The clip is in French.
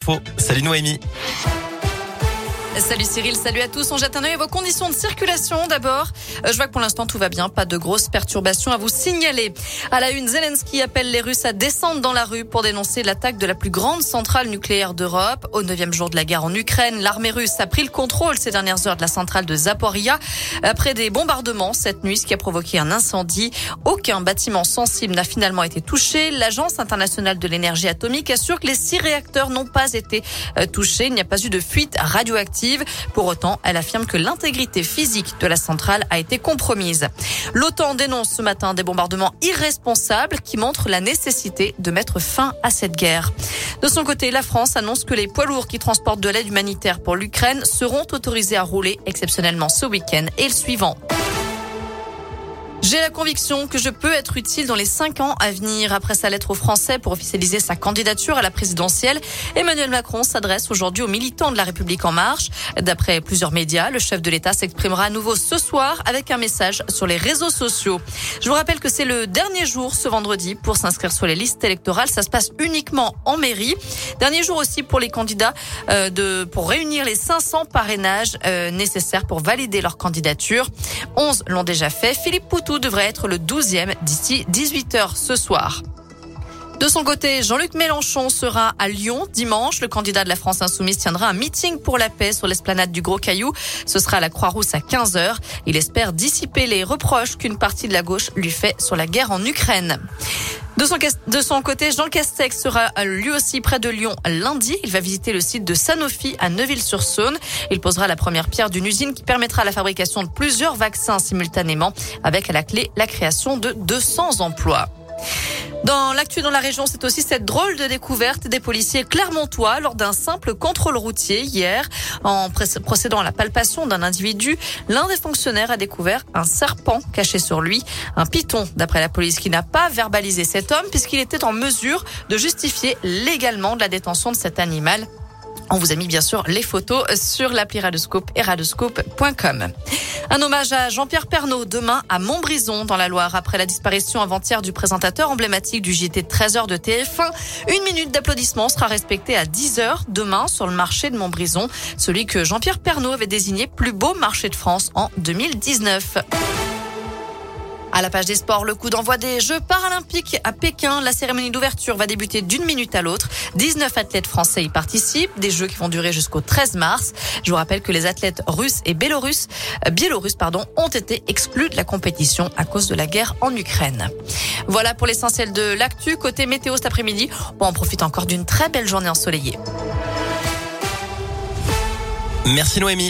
infos. Salut Noémie. Salut Cyril, salut à tous. On jette un œil à vos conditions de circulation d'abord. Je vois que pour l'instant tout va bien, pas de grosses perturbations à vous signaler. À la une, Zelensky appelle les Russes à descendre dans la rue pour dénoncer l'attaque de la plus grande centrale nucléaire d'Europe. Au 9e jour de la guerre en Ukraine, l'armée russe a pris le contrôle ces dernières heures de la centrale de Zaporia après des bombardements cette nuit, ce qui a provoqué un incendie. Aucun bâtiment sensible n'a finalement été touché. L'Agence internationale de l'énergie atomique assure que les 6 réacteurs n'ont pas été touchés. Il n'y a pas eu de fuite radioactive. Pour autant, elle affirme que l'intégrité physique de la centrale a été compromise. L'OTAN dénonce ce matin des bombardements irresponsables qui montrent la nécessité de mettre fin à cette guerre. De son côté, la France annonce que les poids lourds qui transportent de l'aide humanitaire pour l'Ukraine seront autorisés à rouler exceptionnellement ce week-end et le suivant. J'ai la conviction que je peux être utile dans les 5 ans à venir. Après sa lettre aux Français pour officialiser sa candidature à la présidentielle, Emmanuel Macron s'adresse aujourd'hui aux militants de La République En Marche. D'après plusieurs médias, le chef de l'État s'exprimera à nouveau ce soir avec un message sur les réseaux sociaux. Je vous rappelle que c'est le dernier jour ce vendredi pour s'inscrire sur les listes électorales. Ça se passe uniquement en mairie. Dernier jour aussi pour les candidats pour réunir les 500 parrainages nécessaires pour valider leur candidature. 11 l'ont déjà fait. Philippe Poutou devrait être le 12e d'ici 18h ce soir. De son côté, Jean-Luc Mélenchon sera à Lyon dimanche. Le candidat de la France Insoumise tiendra un meeting pour la paix sur l'esplanade du Gros Caillou. Ce sera à la Croix-Rousse à 15h. Il espère dissiper les reproches qu'une partie de la gauche lui fait sur la guerre en Ukraine. De son côté, Jean Castex sera lui aussi près de Lyon lundi. Il va visiter le site de Sanofi à Neuville-sur-Saône. Il posera la première pierre d'une usine qui permettra la fabrication de plusieurs vaccins simultanément, avec à la clé la création de 200 emplois. Dans l'actu dans la région, c'est aussi cette drôle de découverte des policiers clermontois lors d'un simple contrôle routier hier. En procédant à la palpation d'un individu, l'un des fonctionnaires a découvert un serpent caché sur lui, un python d'après la police qui n'a pas verbalisé cet homme puisqu'il était en mesure de justifier légalement de la détention de cet animal. On vous a mis bien sûr les photos sur l'appli Radioscope et radioscope.com. Un hommage à Jean-Pierre Pernaut demain à Montbrison dans la Loire après la disparition avant-hier du présentateur emblématique du JT de 13h de TF1. 1 minute d'applaudissement sera respectée à 10h demain sur le marché de Montbrison, celui que Jean-Pierre Pernaut avait désigné plus beau marché de France en 2019. À la page des sports, le coup d'envoi des Jeux paralympiques à Pékin. La cérémonie d'ouverture va débuter d'une minute à l'autre. 19 athlètes français y participent. Des Jeux qui vont durer jusqu'au 13 mars. Je vous rappelle que les athlètes russes et biélorusses ont été exclus de la compétition à cause de la guerre en Ukraine. Voilà pour l'essentiel de l'actu. Côté météo cet après-midi, on profite encore d'une très belle journée ensoleillée. Merci Noémie.